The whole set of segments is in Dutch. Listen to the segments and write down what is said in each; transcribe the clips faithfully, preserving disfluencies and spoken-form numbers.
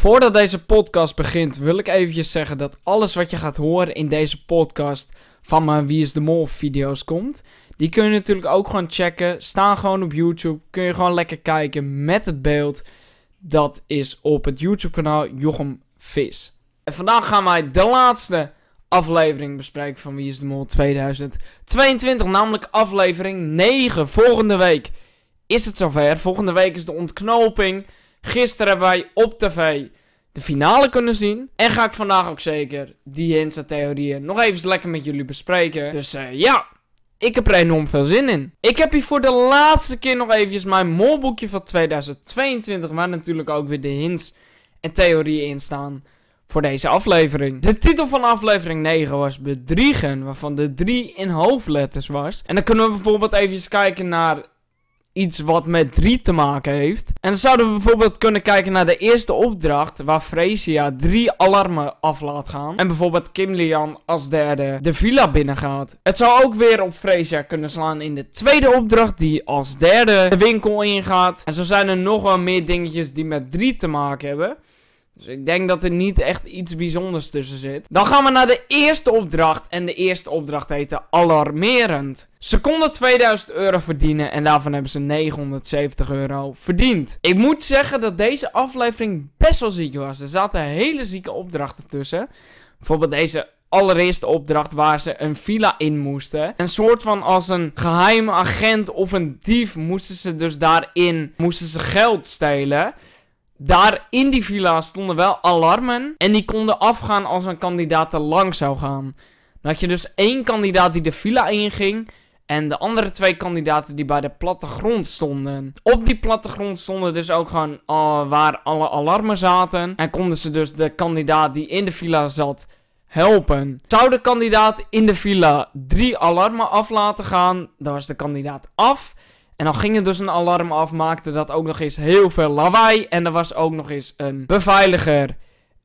Voordat deze podcast begint wil ik eventjes zeggen dat alles wat je gaat horen in deze podcast van mijn Wie is de Mol video's komt. Die kun je natuurlijk ook gewoon checken. Staan gewoon op YouTube. Kun je gewoon lekker kijken met het beeld. Dat is op het YouTube kanaal Jochem Vis. En vandaag gaan wij de laatste aflevering bespreken van Wie is de Mol tweeduizend tweeëntwintig. Namelijk aflevering negen. Volgende week is het zover. Volgende week is de ontknoping. Gisteren hebben wij op tv de finale kunnen zien. En ga ik vandaag ook zeker die hints en theorieën nog even lekker met jullie bespreken. Dus uh, ja, ik heb er enorm veel zin in. Ik heb hier voor de laatste keer nog eventjes mijn molboekje van tweeduizend tweeëntwintig. Waar natuurlijk ook weer de hints en theorieën in staan voor deze aflevering. De titel van aflevering negen was Bedriegen. Waarvan de drie in hoofdletters was. En dan kunnen we bijvoorbeeld eventjes kijken naar iets wat met drie te maken heeft. En dan zouden we bijvoorbeeld kunnen kijken naar de eerste opdracht, waar Freesia drie alarmen af laat gaan. En bijvoorbeeld Kim Lian als derde de villa binnengaat. Het zou ook weer op Freesia kunnen slaan in de tweede opdracht, die als derde de winkel ingaat. En zo zijn er nog wel meer dingetjes die met drie te maken hebben. Dus ik denk dat er niet echt iets bijzonders tussen zit. Dan gaan we naar de eerste opdracht. En de eerste opdracht heette Alarmerend. Ze konden tweeduizend euro verdienen. En daarvan hebben ze negenhonderdzeventig euro verdiend. Ik moet zeggen dat deze aflevering best wel ziek was. Er zaten hele zieke opdrachten tussen. Bijvoorbeeld deze allereerste opdracht waar ze een villa in moesten. Een soort van als een geheime agent of een dief moesten ze dus daarin moesten ze geld stelen. Daar in die villa stonden wel alarmen. En die konden afgaan als een kandidaat er langs zou gaan. Dan had je dus één kandidaat die de villa inging. En de andere twee kandidaten die bij de plattegrond stonden. Op die plattegrond stonden dus ook gewoon uh, waar alle alarmen zaten. En konden ze dus de kandidaat die in de villa zat helpen. Zou de kandidaat in de villa drie alarmen af laten gaan, dan was de kandidaat af. En dan ging er dus een alarm af, maakte dat ook nog eens heel veel lawaai. En er was ook nog eens een beveiliger.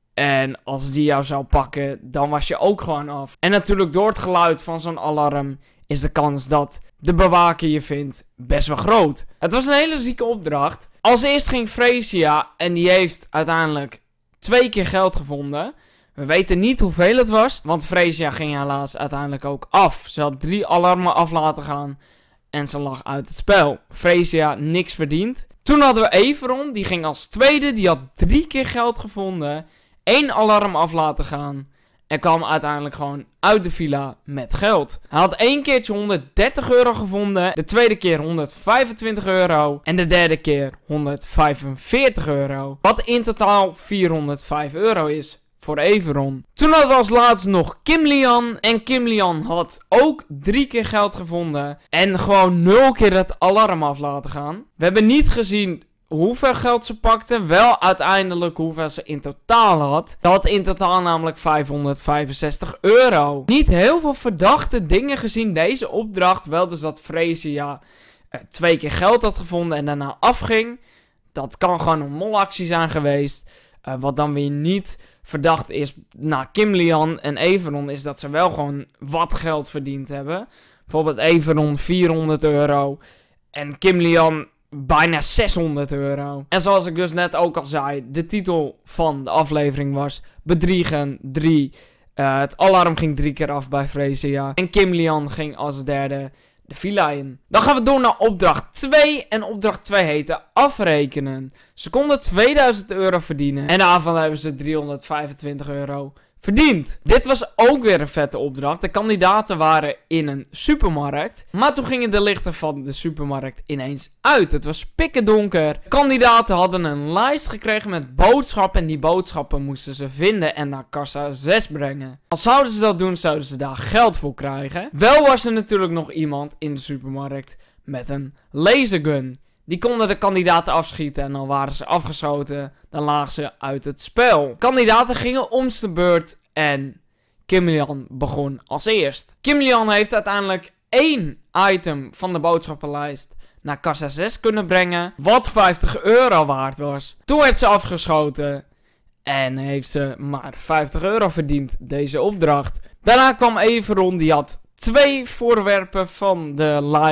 En als die jou zou pakken, dan was je ook gewoon af. En natuurlijk door het geluid van zo'n alarm is de kans dat de bewaker je vindt best wel groot. Het was een hele zieke opdracht. Als eerst ging Freesia en die heeft uiteindelijk twee keer geld gevonden. We weten niet hoeveel het was, want Freesia ging helaas uiteindelijk ook af. Ze had drie alarmen af laten gaan. En ze lag uit het spel. Freesia niks verdiend. Toen hadden we Everon. Die ging als tweede. Die had drie keer geld gevonden. Eén alarm af laten gaan. En kwam uiteindelijk gewoon uit de villa met geld. Hij had één keertje honderddertig euro gevonden. De tweede keer honderdvijfentwintig euro. En de derde keer honderdvijfenveertig euro. Wat in totaal vierhonderdvijf euro is. Voor Everon. Toen hadden we als laatste nog Kim Lian. En Kim Lian had ook drie keer geld gevonden. En gewoon nul keer het alarm af laten gaan. We hebben niet gezien hoeveel geld ze pakte. Wel uiteindelijk hoeveel ze in totaal had. Ze had in totaal namelijk vijfhonderdvijfenzestig euro. Niet heel veel verdachte dingen gezien deze opdracht. Wel dus dat Freesia uh, twee keer geld had gevonden en daarna afging. Dat kan gewoon een molactie zijn geweest. Uh, wat dan weer niet verdacht is na Kim Lian en Everon is dat ze wel gewoon wat geld verdiend hebben. Bijvoorbeeld Everon vierhonderd euro en Kim Lian bijna zeshonderd euro. En zoals ik dus net ook al zei, de titel van de aflevering was Bedriegen drie. Uh, het alarm ging drie keer af bij Freesia. En Kim Lian ging als derde de villa in. Dan gaan we door naar opdracht twee. En opdracht twee heette afrekenen. Ze konden tweeduizend euro verdienen. En daarvan hebben ze driehonderdvijfentwintig euro verdiend. Dit was ook weer een vette opdracht. De kandidaten waren in een supermarkt. Maar toen gingen de lichten van de supermarkt ineens uit. Het was pikkendonker. De kandidaten hadden een lijst gekregen met boodschappen. En die boodschappen moesten ze vinden en naar kassa zes brengen. Als zouden ze dat doen, zouden ze daar geld voor krijgen. Wel was er natuurlijk nog iemand in de supermarkt met een lasergun. Die konden de kandidaten afschieten en dan waren ze afgeschoten. Dan lagen ze uit het spel. Kandidaten gingen om de beurt en Kim Lian begon als eerst. Kim Lian heeft uiteindelijk één item van de boodschappenlijst naar kassa zes kunnen brengen. Wat vijftig euro waard was. Toen werd ze afgeschoten en heeft ze maar vijftig euro verdiend, deze opdracht. Daarna kwam Everon, die had twee voorwerpen van de lijst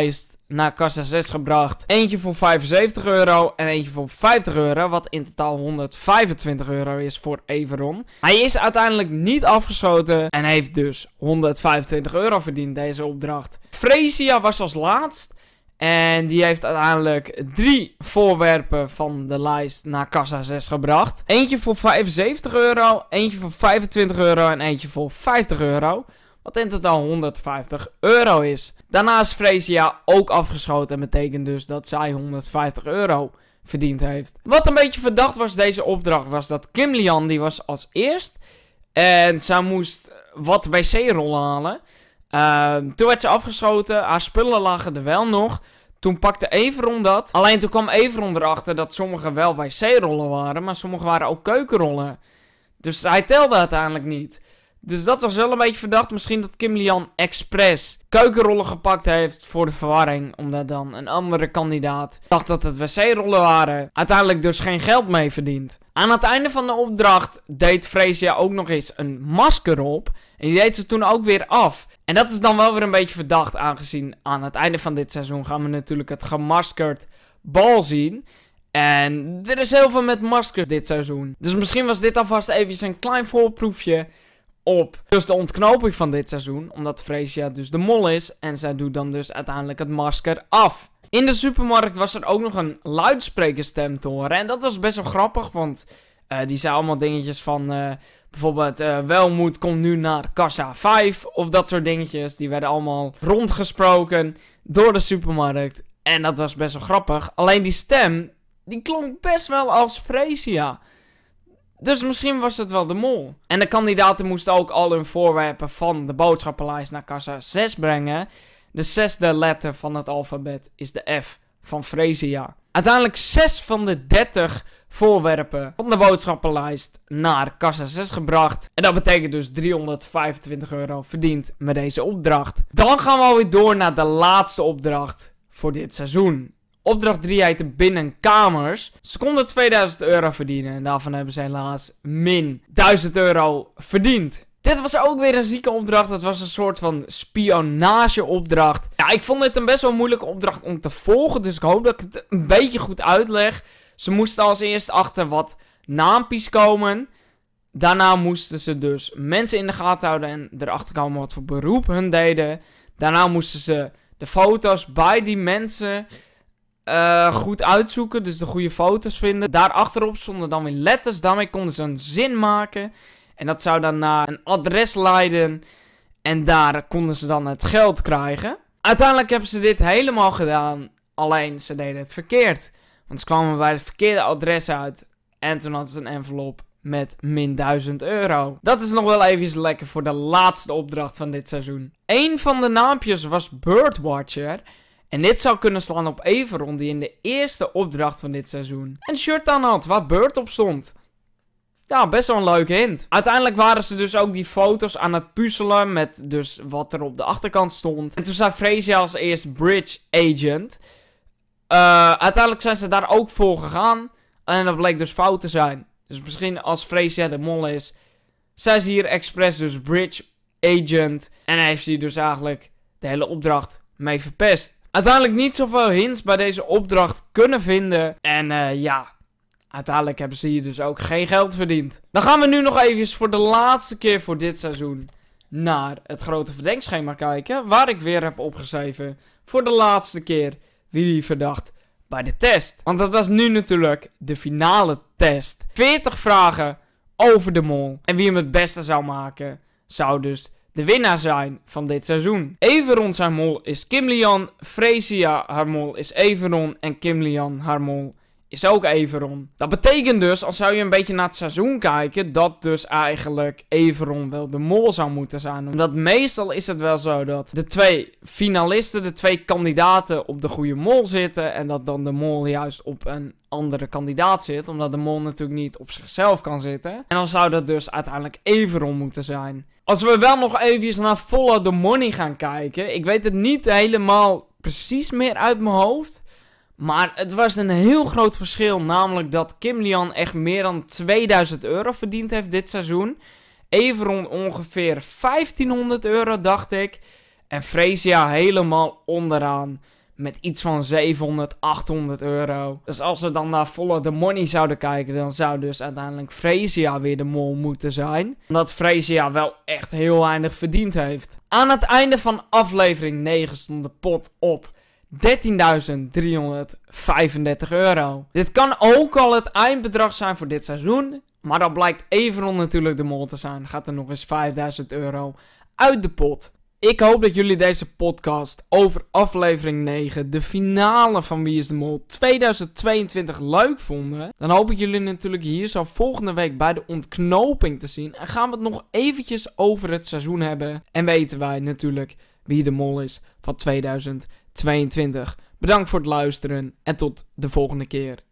naar kassa zes gebracht. Eentje voor vijfenzeventig euro en eentje voor vijftig euro. Wat in totaal honderdvijfentwintig euro is voor Everon. Hij is uiteindelijk niet afgeschoten en heeft dus honderdvijfentwintig euro verdiend deze opdracht. Freesia was als laatst. En die heeft uiteindelijk drie voorwerpen van de lijst naar kassa zes gebracht. Eentje voor vijfenzeventig euro, eentje voor vijfentwintig euro en eentje voor vijftig euro. Wat in totaal honderdvijftig euro is. Daarna is Freesia ook afgeschoten en betekent dus dat zij honderdvijftig euro verdiend heeft. Wat een beetje verdacht was deze opdracht was dat Kim Lian, die was als eerst. En zij moest wat wc-rollen halen. Uh, toen werd ze afgeschoten, haar spullen lagen er wel nog. Toen pakte Everon dat. Alleen toen kwam Everon erachter dat sommige wel wc-rollen waren, maar sommige waren ook keukenrollen. Dus hij telde uiteindelijk niet. Dus dat was wel een beetje verdacht. Misschien dat Kim Lian expres keukenrollen gepakt heeft voor de verwarring. Omdat dan een andere kandidaat dacht dat het wc-rollen waren. Uiteindelijk dus geen geld mee verdient. Aan het einde van de opdracht deed Freesia ook nog eens een masker op. En die deed ze toen ook weer af. En dat is dan wel weer een beetje verdacht. Aangezien aan het einde van dit seizoen gaan we natuurlijk het gemaskerd bal zien. En er is heel veel met maskers dit seizoen. Dus misschien was dit alvast even een klein voorproefje op dus de ontknoping van dit seizoen. Omdat Freesia dus de mol is. En zij doet dan dus uiteindelijk het masker af. In de supermarkt was er ook nog een luidsprekerstem te horen. En dat was best wel grappig. Want uh, die zei allemaal dingetjes van Uh, bijvoorbeeld uh, Welmoed komt nu naar kassa vijf. Of dat soort dingetjes. Die werden allemaal rondgesproken door de supermarkt. En dat was best wel grappig. Alleen die stem, die klonk best wel als Freesia. Dus misschien was het wel de mol. En de kandidaten moesten ook al hun voorwerpen van de boodschappenlijst naar kassa zes brengen. De zesde letter van het alfabet is de F van Freesia. Uiteindelijk zes van de dertig voorwerpen van de boodschappenlijst naar kassa zes gebracht. En dat betekent dus driehonderdvijfentwintig euro verdiend met deze opdracht. Dan gaan we alweer door naar de laatste opdracht voor dit seizoen. Opdracht drie heette Binnenkamers. Ze konden tweeduizend euro verdienen. En daarvan hebben ze helaas min duizend euro verdiend. Dit was ook weer een zieke opdracht. Het was een soort van spionageopdracht. Ja, ik vond dit een best wel moeilijke opdracht om te volgen. Dus ik hoop dat ik het een beetje goed uitleg. Ze moesten als eerst achter wat naampjes komen. Daarna moesten ze dus mensen in de gaten houden en erachter komen wat voor beroep hun deden. Daarna moesten ze de foto's bij die mensen Uh, goed uitzoeken, dus de goede foto's vinden. Daarachterop stonden dan weer letters, daarmee konden ze een zin maken. En dat zou dan naar een adres leiden. En daar konden ze dan het geld krijgen. Uiteindelijk hebben ze dit helemaal gedaan, alleen ze deden het verkeerd. Want ze kwamen bij het verkeerde adres uit. En toen hadden ze een envelop met min duizend euro. Dat is nog wel even lekker voor de laatste opdracht van dit seizoen. Eén van de naampjes was Birdwatcher. En dit zou kunnen slaan op Everon, die in de eerste opdracht van dit seizoen een shirt aan had waar Bird op stond. Ja, best wel een leuke hint. Uiteindelijk waren ze dus ook die foto's aan het puzzelen met dus wat er op de achterkant stond. En toen zei Freesia als eerst Bridge Agent. Uh, uiteindelijk zijn ze daar ook voor gegaan. En dat bleek dus fout te zijn. Dus misschien als Freesia de mol is, zei ze hier expres dus Bridge Agent. En heeft ze dus eigenlijk de hele opdracht mee verpest. Uiteindelijk niet zoveel hints bij deze opdracht kunnen vinden. En uh, ja, uiteindelijk hebben ze hier dus ook geen geld verdiend. Dan gaan we nu nog even voor de laatste keer voor dit seizoen naar het grote verdenkschema kijken. Waar ik weer heb opgeschreven voor de laatste keer wie verdacht bij de test. Want dat was nu natuurlijk de finale test. veertig vragen over de mol. En wie hem het beste zou maken, zou dus de winnaar zijn van dit seizoen. Everon zijn mol is Kim Lian. Freesia haar mol is Everon. En Kim Lian haar mol is ook Everon. Dat betekent dus, als zou je een beetje naar het seizoen kijken, dat dus eigenlijk Everon wel de mol zou moeten zijn. Omdat meestal is het wel zo dat de twee finalisten, de twee kandidaten op de goede mol zitten. En dat dan de mol juist op een andere kandidaat zit. Omdat de mol natuurlijk niet op zichzelf kan zitten. En dan zou dat dus uiteindelijk Everon moeten zijn. Als we wel nog even naar Follow the Money gaan kijken. Ik weet het niet helemaal precies meer uit mijn hoofd. Maar het was een heel groot verschil. Namelijk dat Kim Lian echt meer dan tweeduizend euro verdiend heeft dit seizoen. Everon ongeveer vijftienhonderd euro, dacht ik. En Freesia helemaal onderaan met iets van zevenhonderd, achthonderd euro. Dus als we dan naar Follow the Money zouden kijken, dan zou dus uiteindelijk Freesia weer de mol moeten zijn. Omdat Freesia wel echt heel weinig verdiend heeft. Aan het einde van aflevering negen stond de pot op dertienduizend driehonderdvijfendertig euro. Dit kan ook al het eindbedrag zijn voor dit seizoen. Maar dan blijkt Everon natuurlijk de mol te zijn. Gaat er nog eens vijfduizend euro uit de pot. Ik hoop dat jullie deze podcast over aflevering negen, de finale van Wie is de Mol tweeduizend tweeëntwintig, leuk vonden. Dan hoop ik jullie natuurlijk hier zo volgende week bij de ontknoping te zien. En gaan we het nog eventjes over het seizoen hebben. En weten wij natuurlijk wie de mol is van tweeduizend tweeëntwintig. Bedankt voor het luisteren en tot de volgende keer.